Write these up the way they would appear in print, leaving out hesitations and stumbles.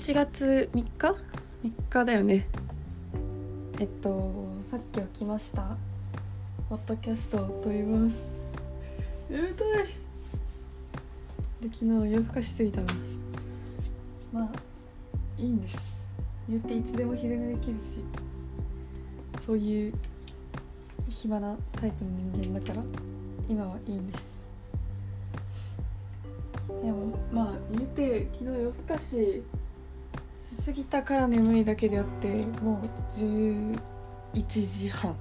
11月3日 ?3 日だよね。さっき起きました。ポッドキャストを撮ります。眠たいで、昨日夜更かしすぎたな。まあいいんです。言っていつでも昼寝できるし、そういう暇なタイプの人間だから今はいいんです。でもまあ言うて昨日夜更かしすぎたから眠いだけであって、もう11時半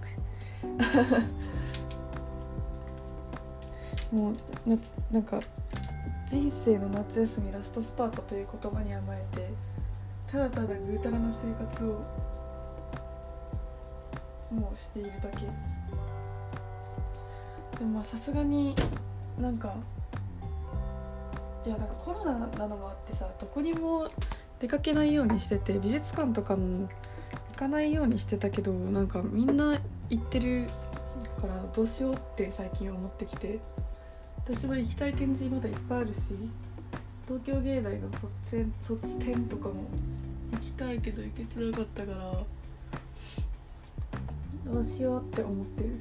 もうなんか人生の夏休みラストスパートという言葉に甘えて、ただただぐうたらな生活をもうしているだけ。でもまあさすがになんかコロナなのもあってさ、どこにも出かけないようにしてて、美術館とかも行かないようにしてたけど、なんかみんな行ってるからどうしようって最近思ってきて、私も行きたい展示まだいっぱいあるし、東京芸大の卒展とかも行きたいけど行けてなかったから、どうしようって思ってる。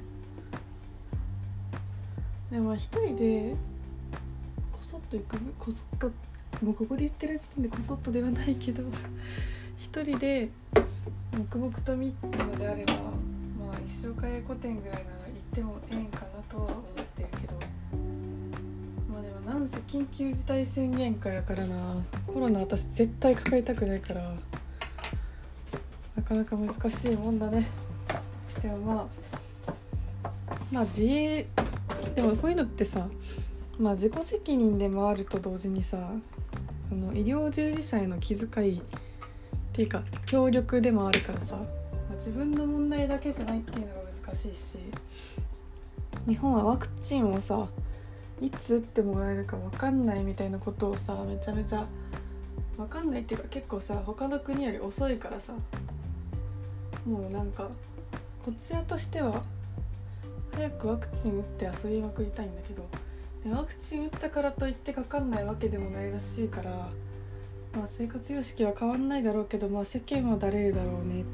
でも一人でこそっともうここで言ってる時点でこそっとではないけど一人で黙々と見るのであれば、まあ一生海古典ぐらいなら行ってもええんかなとは思ってるけど、まあでもなんせ緊急事態宣言下やからな。コロナ私絶対抱えたくないから、なかなか難しいもんだね。でもまあ自衛でもこういうのってさ、まあ自己責任でもあると同時にさ、医療従事者への気遣いっていうか協力でもあるからさ、自分の問題だけじゃないっていうのが難しいし、日本はワクチンをさいつ打ってもらえるか分かんないみたいなことをさ、めちゃめちゃ分かんないっていうか、結構さ他の国より遅いからさ、もうなんかこちらとしては早くワクチン打って遊びまくりたいんだけど、ワクチン打ったからといってかかんないわけでもないらしいから、まあ、生活様式は変わんないだろうけど、まあ、世間はだれるだろうね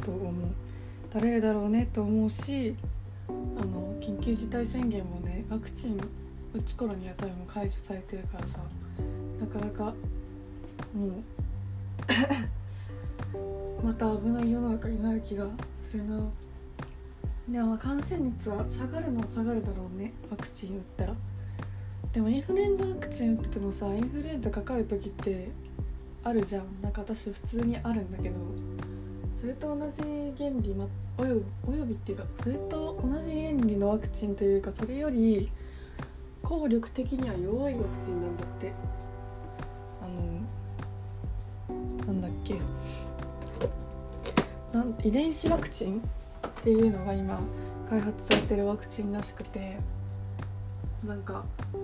と思うし、緊急事態宣言もね、ワクチン打つ頃には多分解除されてるからさ、なかなかもうまた危ない世の中になる気がするな。でもまあ感染率は下がるのは下がるだろうね、ワクチン打ったら。でもインフルエンザワクチン打っててもさ、インフルエンザかかる時ってあるじゃん。なんか私普通にあるんだけど、それと同じ原理、およびっていうか、それと同じ原理のワクチンというか、それより効力的には弱いワクチンなんだって。なんだっけ、遺伝子ワクチンっていうのが今開発されてるワクチンらしくて、なんか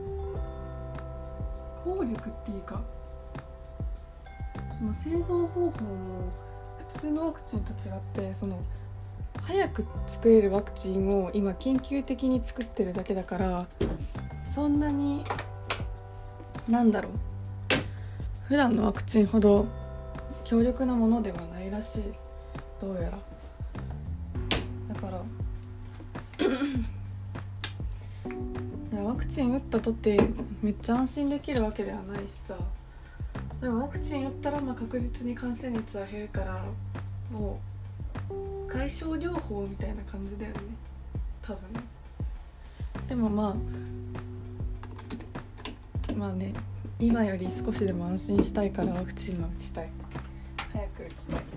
効力っていうか、その製造方法も普通のワクチンと違って、その早く作れるワクチンを今緊急的に作ってるだけだから、そんなに普段のワクチンほど強力なものではないらしい、どうやら。だからワクチン打ったとってめっちゃ安心できるわけではないしさ、でもワクチン打ったら確実に感染率は減るから、もう対症療法みたいな感じだよね、多分。でもまあね、今より少しでも安心したいからワクチンは打ちたい、早く打ちたい。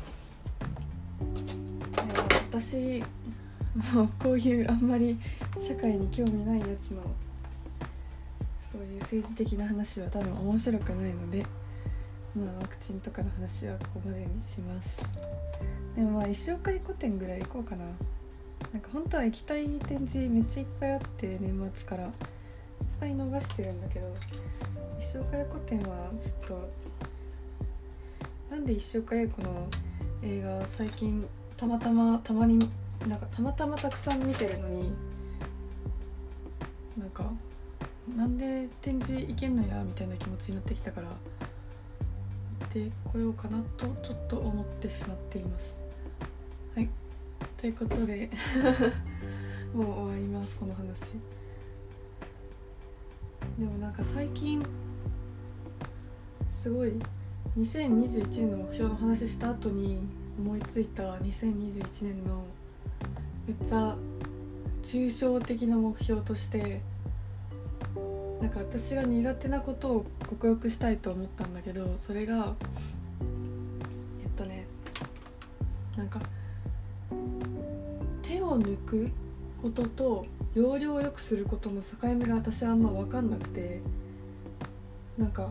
私もうこういうあんまり社会に興味ないやつのそういう政治的な話は多分面白くないので、ワクチンとかの話はここまでにします。でも一生海古典ぐらい行こうかな。なんか本当は行きたい展示めっちゃいっぱいあって、年末からいっぱい逃してるんだけど、一生海古典はちょっと、なんで一生海古の映画最近たまたまたくさん見てるのに、なんで展示行けんのやみたいな気持ちになってきたから、 してこようかなとちょっと思ってしまっています。はい、ということでもう終わります、この話。でもなんか最近すごい2021年の目標の話した後に思いついた2021年のめっちゃ抽象的な目標として、なんか私が苦手なことを克服したいと思ったんだけど、それがなんか手を抜くことと要領を良くすることの境目が私はあんま分かんなくて、なんか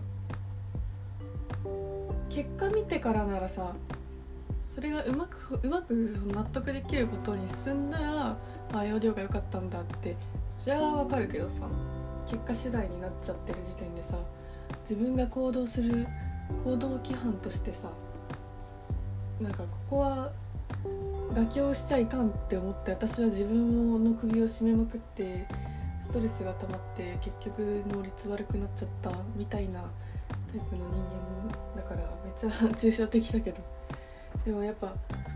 結果見てからならさ、それがうまく納得できることに進んだら、要領が良かったんだってそれは分かるけどさ、結果次第になっちゃってる時点でさ、自分が行動する行動規範としてさ、なんかここは妥協しちゃいかんって思って、私は自分の首を絞めまくってストレスが溜まって結局能率悪くなっちゃったみたいなタイプの人間だから、めっちゃ抽象的だけど、でもやっぱ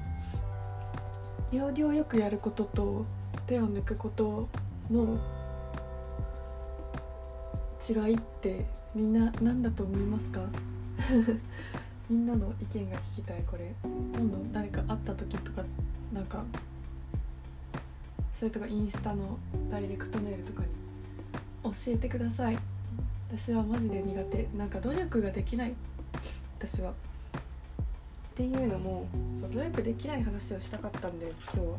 要領よくやることと手を抜くことの違いってみんな何だと思いますかみんなの意見が聞きたい。これ今度誰か会った時とか、なんかそれとかインスタのダイレクトメールとかに教えてください。私はマジで苦手、なんか努力ができない、私は。っていうのも、そう努力できない話をしたかったんだよ今日は。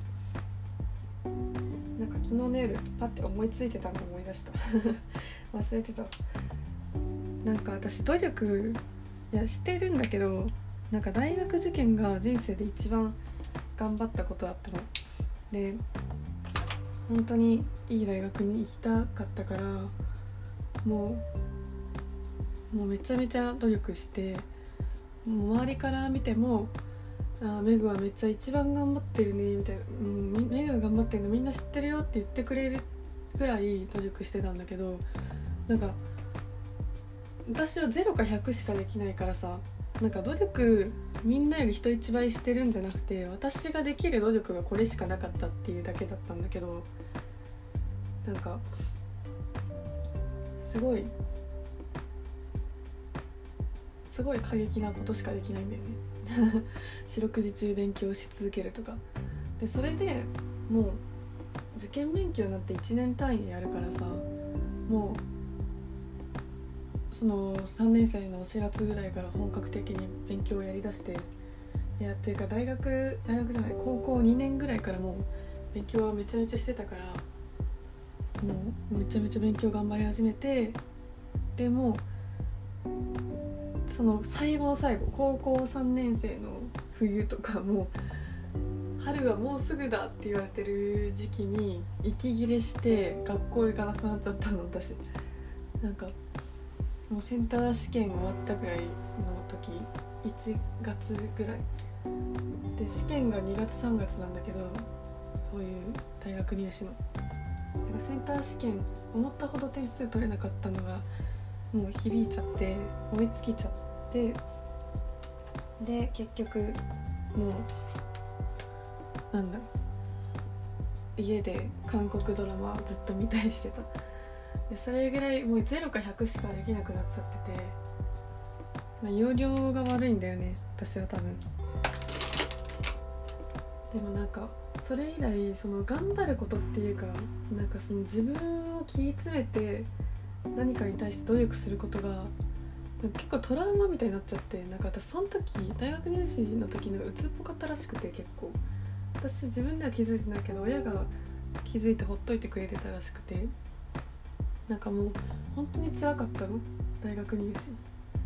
なんか昨日の夜パッて思いついてたのを思い出した忘れてた。なんか私努力してるんだけど、なんか大学受験が人生で一番頑張ったことだったので、本当にいい大学に行きたかったから、もうめちゃめちゃ努力して、もう周りから見てもメグはめっちゃ一番頑張ってるねみたいな、メグが頑張ってるのみんな知ってるよって言ってくれるくらい努力してたんだけど、なんか私は0か100しかできないからさ、なんか努力みんなより人一倍してるんじゃなくて、私ができる努力がこれしかなかったっていうだけだったんだけど、なんかすごい過激なことしかできないんだよね四六時中勉強し続けるとかで、それでもう受験勉強になって1年単位でやるからさ、もうその3年生の4月ぐらいから本格的に勉強をやりだして、っていうか大学じゃない高校2年ぐらいからもう勉強はめちゃめちゃしてたから、もうめちゃめちゃ勉強頑張り始めて、でもその最後の最後、高校3年生の冬とか、もう春はもうすぐだって言われてる時期に息切れして学校行かなくなっちゃったの私。なんかもうセンター試験終わったぐらいの時、1月ぐらいで、試験が2月3月なんだけど、そういう大学入試のセンター試験思ったほど点数取れなかったのがもう響いちゃって、追いつきちゃって、で結局もうなんだろう、家で韓国ドラマずっと見たりしてた。でそれぐらいもう0か100しかできなくなっちゃってて、要領が悪いんだよね私は多分。でもなんかそれ以来、その頑張ることっていうか、なんかその自分を切り詰めて何かに対して努力することが結構トラウマみたいになっちゃって、なんか私その時大学入試の時の鬱っぽかったらしくて、結構私自分では気づいてないけど親が気づいてほっといてくれてたらしくて、なんかもう本当に辛かったの大学入試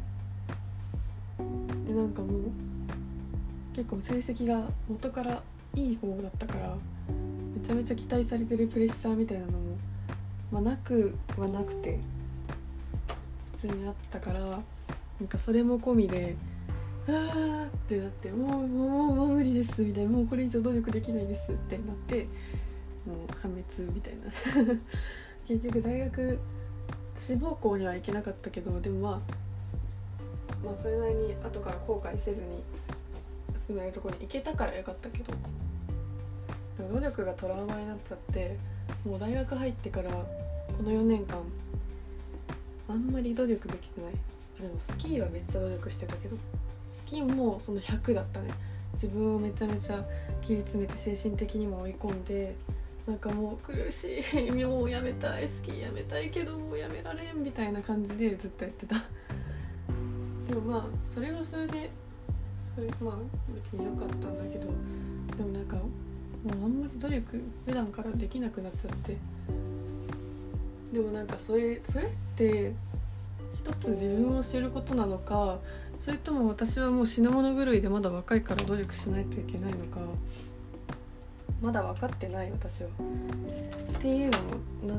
で。なんかもう結構成績が元からいい方だったから、めちゃめちゃ期待されてるプレッシャーみたいなのも、なくはなくて普通にあったから、なんかそれも込みでってなって、もう無理ですみたいな、もうこれ以上努力できないですってなって、もう破滅みたいな結局大学志望校には行けなかったけど、でもまあそれなりに後から後悔せずに進めるところに行けたからよかったけど、でも努力がトラウマになっちゃって、もう大学入ってからこの4年間あんまり努力できてない。でもスキーはめっちゃ努力してたけど、スキーもその100だったね。自分をめちゃめちゃ切り詰めて精神的にも追い込んで、なんかもう苦しい、もうやめたい、スキーやめたいけどもうやめられんみたいな感じでずっとやってた。でもまあそれはそれでまあ別に良かったんだけど、でもなんかもうあんまり努力普段からできなくなっちゃって、でもなんかそれって一つ自分を知ることなのか、それとも私はもう死ぬ物狂いでまだ若いから努力しないといけないのか、まだ分かってない私はっていうのも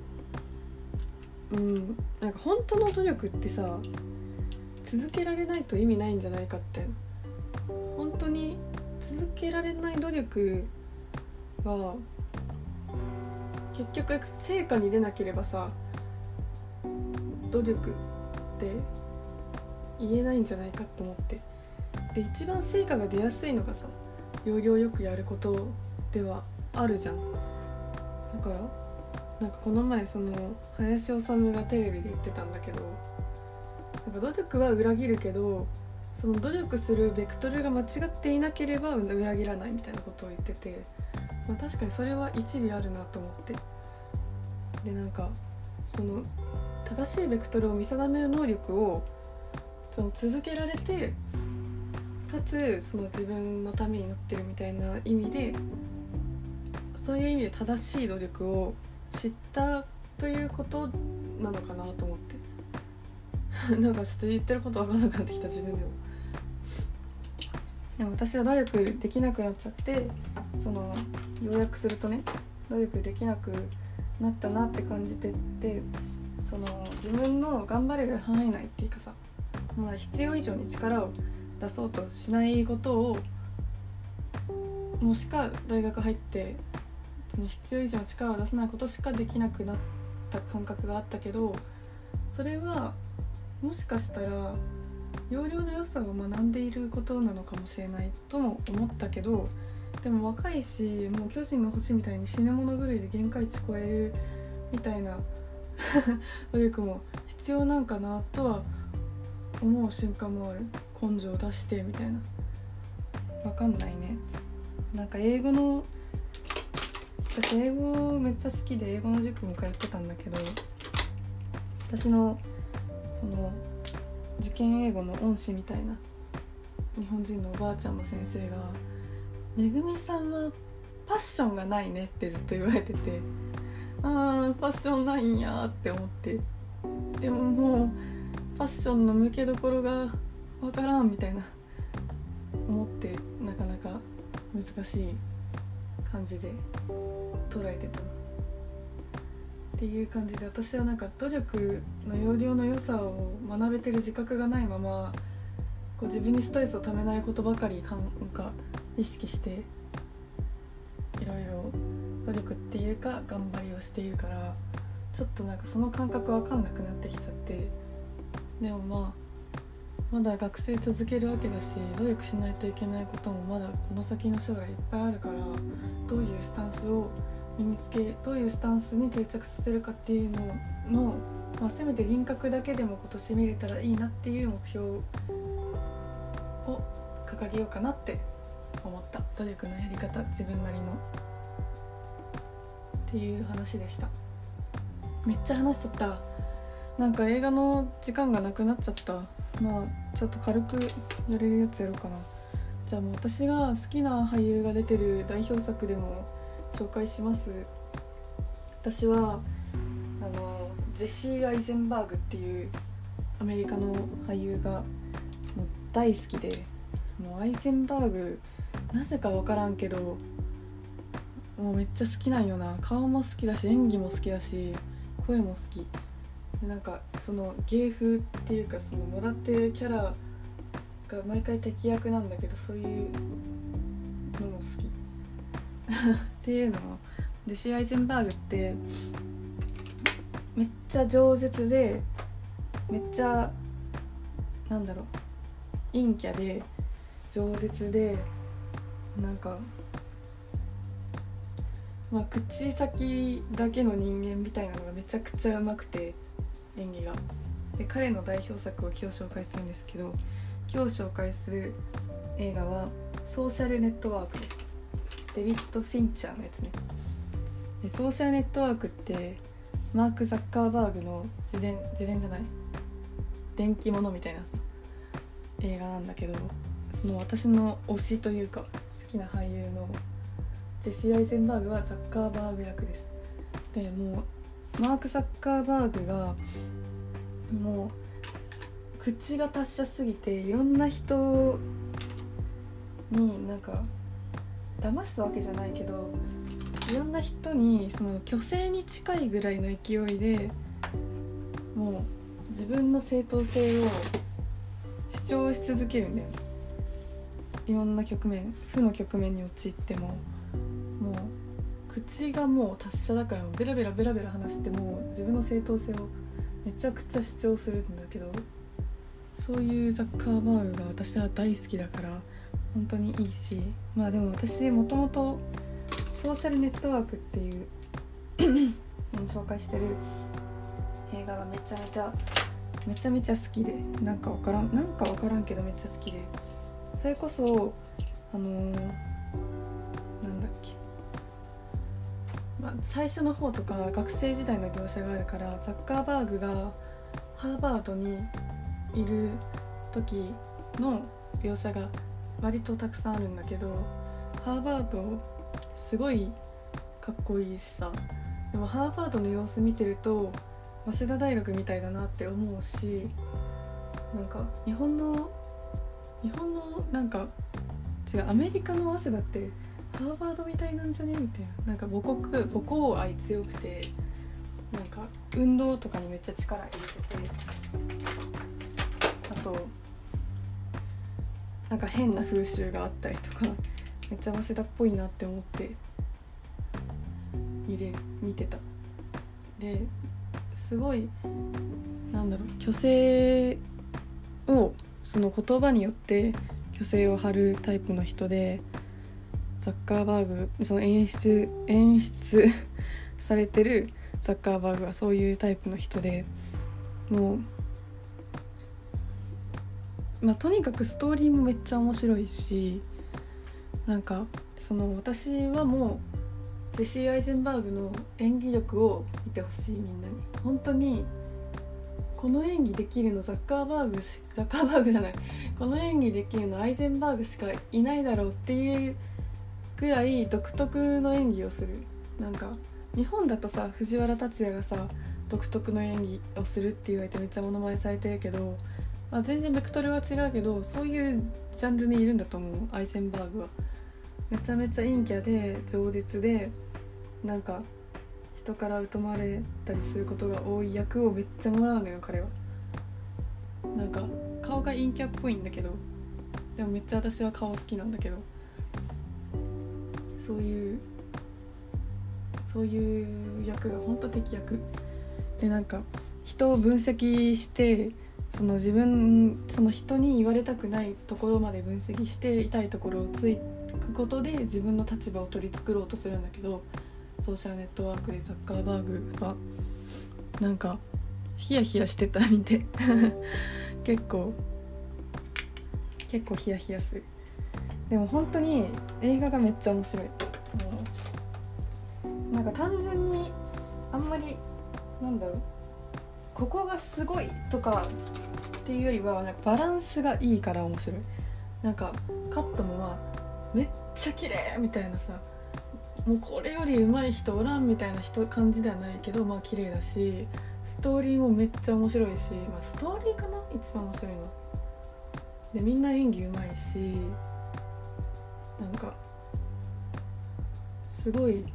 なんか本当の努力ってさ、続けられないと意味ないんじゃないかって。本当に続けられない努力は結局成果に出なければさ、努力って言えないんじゃないかと思って。で一番成果が出やすいのがさ、要領よくやることではあるじゃん。だからなんかこの前その林修がテレビで言ってたんだけど、なんか努力は裏切るけど、その努力するベクトルが間違っていなければ裏切らないみたいなことを言ってて、まあ、確かにそれは一理あるなと思って。でなんかその正しいベクトルを見定める能力をその続けられて、かつその自分のためになってるみたいな意味で、そういう意味で正しい努力を知ったということなのかなと思ってなんかちょっと言ってること分からなくなってきた自分でも。でも私は努力できなくなっちゃって、その要約するとね、努力できなくなったなって感じてって、その自分の頑張れる範囲内っていうかさ、まあ、必要以上に力を出そうとしないことを、もしか大学入って必要以上の力を出さないことしかできなくなった感覚があったけど、それはもしかしたら要領の良さを学んでいることなのかもしれないとも思ったけど、でも若いし、もう巨人の星みたいに死ぬ物狂いで限界値超えるみたいな努力も必要なんかなとは思う瞬間もある。根性を出してみたいな、わかんないね。なんか私英語めっちゃ好きで英語の塾も通ってたんだけど、私のその受験英語の恩師みたいな日本人のおばあちゃんの先生が、めぐみさんはパッションがないねってずっと言われてて、パッションないんやって思って、でももうパッションの向けどころがわからんみたいな思って、なかなか難しい感じで捉えてたなっていう感じで、私はなんか努力の要領の良さを学べてる自覚がないまま、こう自分にストレスをためないことばかりなんか意識して、いろいろ努力っていうか頑張りをしているから、ちょっとなんかその感覚わかんなくなってきちゃって。でもまだ学生続けるわけだし、努力しないといけないこともまだこの先の将来いっぱいあるから、どういうスタンスを身につけ、どういうスタンスに定着させるかっていうのの、せめて輪郭だけでも今年見れたらいいなっていう目標を掲げようかなって思った。努力のやり方、自分なりのっていう話でした。めっちゃ話しとった。なんか映画の時間がなくなっちゃった。ちょっと軽くやれるやつやろうかな。じゃあもう私が好きな俳優が出てる代表作でも紹介します。私はジェシー・アイゼンバーグっていうアメリカの俳優がもう大好きで、もうアイゼンバーグなぜか分からんけどもうめっちゃ好きなんよな。顔も好きだし、演技も好きだし、声も好きで、なんかその芸風っていうか、そのもらってるキャラが毎回敵役なんだけど、そういうのも好きっていうのも、ジェシー・アイゼンバーグってめっちゃ饒舌で、めっちゃなんだろう、陰キャで饒舌で、なんかまあ口先だけの人間みたいなのがめちゃくちゃうまくて、演技が。で彼の代表作を今日紹介するんですけど、今日紹介する映画はソーシャルネットワークです。デビッド・フィンチャーのやつね。でソーシャルネットワークってマーク・ザッカーバーグの自伝じゃない電気物みたいなさ映画なんだけど、その私の推しというか好きな俳優のジェシー・アイゼンバーグはザッカーバーグ役です。でもうマーク・ザッカーバーグがもう口が達者すぎて、いろんな人になんか騙すわけじゃないけど、いろんな人にその虚勢に近いぐらいの勢いでもう自分の正当性を主張し続けるんだよ。いろんな局面、負の局面に陥っても、もう口がもう達者だからベラベラ話しても自分の正当性をめちゃくちゃ主張するんだけど、そういうザッカーバーグが私は大好きだから本当にいいし、まあでも私もともとソーシャルネットワークっていう紹介してる映画がめちゃめちゃ好きで、なんかわからんけどめっちゃ好きで、それこそなんだっけ、最初の方とか学生時代の描写があるから、ザッカーバーグがハーバードにいる時の描写が割とたくさんあるんだけど、ハーバードすごいかっこいいしさ、でもハーバードの様子見てると早稲田大学みたいだなって思うし、なんか日本のなんか違う、アメリカの早稲田ってハーバードみたいなんじゃねみたいな、なんか母校愛強くて、なんか運動とかにめっちゃ力入れてて、あとなんか変な風習があったりとかめっちゃ早稲田っぽいなって思って見てた。ですごいなんだろう、虚勢をその言葉によって虚勢を張るタイプの人で、ザッカーバーグ、その演出されてるザッカーバーグはそういうタイプの人で、もうとにかくストーリーもめっちゃ面白いし、なんかその私はもうジェシー・アイゼンバーグの演技力を見てほしい、みんなに。本当にこの演技できるのザッカーバーグじゃない、この演技できるのアイゼンバーグしかいないだろうっていうぐらい独特の演技をする。なんか日本だとさ、藤原竜也がさ独特の演技をするって言われてめっちゃモノマネされてるけど、全然ベクトルは違うけどそういうジャンルにいるんだと思う。アイゼンバーグはめちゃめちゃ陰キャで饒舌で、なんか人から疎まれたりすることが多い役をめっちゃもらうのよ、彼は。なんか顔が陰キャっぽいんだけど、でもめっちゃ私は顔好きなんだけど、そういう役が本当敵役で、なんか人を分析して、その人に言われたくないところまで分析して、痛いところをついくことで自分の立場を取り繕ろうとするんだけど、ソーシャルネットワークでザッカーバーグはなんかヒヤヒヤしてた、見て結構ヒヤヒヤする。でも本当に映画がめっちゃ面白い。なんか単純にあんまりなんだろう、ここがすごいとかっていうよりは、なんかバランスがいいから面白い。なんかカットもめっちゃ綺麗みたいなさ、もうこれより上手い人おらんみたいな感じではないけど、綺麗だし、ストーリーもめっちゃ面白いし、ストーリーかな一番面白いので、みんな演技上手いし、なんかすごい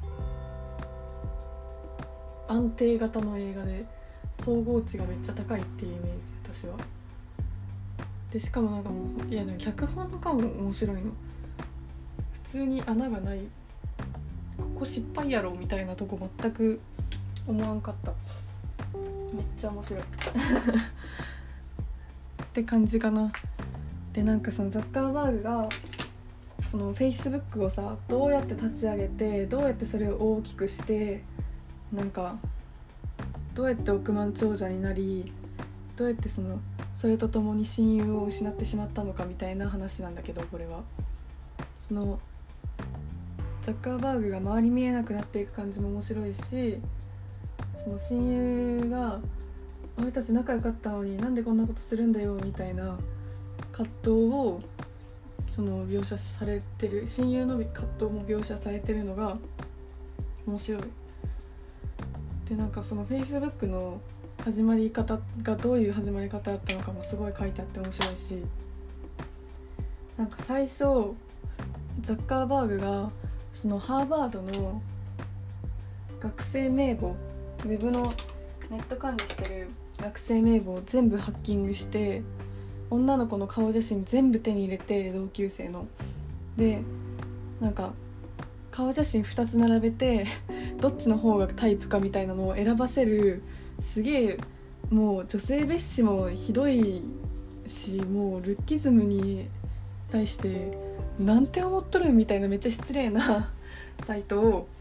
安定型の映画で総合値がめっちゃ高いっていうイメージ、私は。でしかもなんかもう、いやでも脚本とかも面白いの。普通に穴がない、ここ失敗やろみたいなとこ全く思わんかった。めっちゃ面白いって感じかな。でなんかそのザッカーバーグがその Facebook をさどうやって立ち上げて、どうやってそれを大きくして、なんかどうやって億万長者になり、どうやってそれとともに親友を失ってしまったのかみたいな話なんだけど、これはそのザッカーバーグが周り見えなくなっていく感じも面白いし、その親友が俺たち仲良かったのになんでこんなことするんだよみたいな葛藤をその描写されてる、親友の葛藤も描写されてるのが面白い。でなんかその Facebook の始まり方がどういう始まり方だったのかもすごい書いてあって面白いし、なんか最初ザッカーバーグがそのハーバードの学生名簿、ウェブのネット管理してる学生名簿を全部ハッキングして、女の子の顔写真全部手に入れて、同級生のでなんか顔写真2つ並べてどっちの方がタイプかみたいなのを選ばせる、すげえもう女性蔑視もひどいし、もうルッキズムに対してなんて思っとるみたいなめっちゃ失礼なサイトを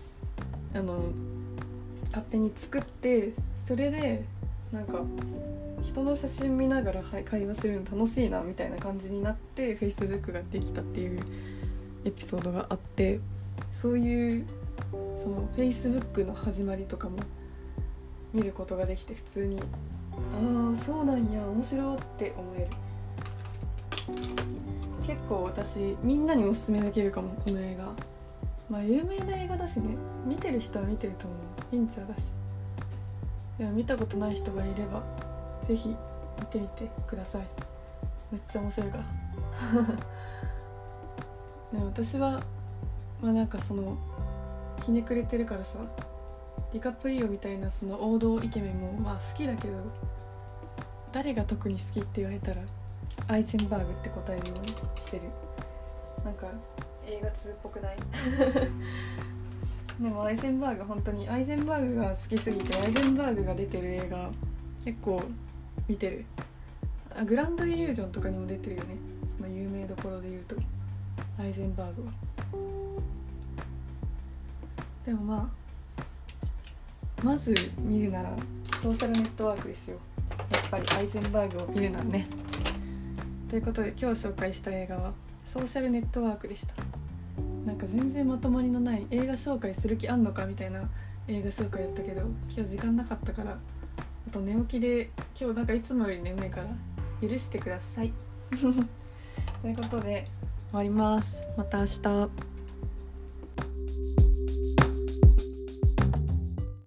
勝手に作って、それでなんか人の写真見ながら会話するの楽しいなみたいな感じになって Facebook ができたっていうエピソードがあって、そういうその Facebook の始まりとかも見ることができて、普通にああそうなんや面白って思える。結構私みんなにおすすめできるかも、この映画。まあ有名な映画だしね、見てる人は見てると思う、フィンチャーだし。でも見たことない人がいればぜひ見てみてください。めっちゃ面白いからでも私はまあなんかそのひねくれてるからさ、ディカプリオみたいなその王道イケメンもまあ好きだけど、誰が特に好きって言われたらアイゼンバーグって答えるようにしてる。なんか映画通っぽくないでもアイゼンバーグ、本当にアイゼンバーグが好きすぎて、アイゼンバーグが出てる映画結構見てる。グランドイリュージョンとかにも出てるよね、その有名どころで言うとアイゼンバーグは。でもまあまず見るならソーシャルネットワークですよ、やっぱりアイゼンバーグを見るならね。ということで今日紹介した映画はソーシャルネットワークでした。なんか全然まとまりのない映画紹介する気あんのかみたいな映画紹介やったけど、今日時間なかったから、あと寝起きで今日なんかいつもより眠いから許してくださいということで終わります。また明日。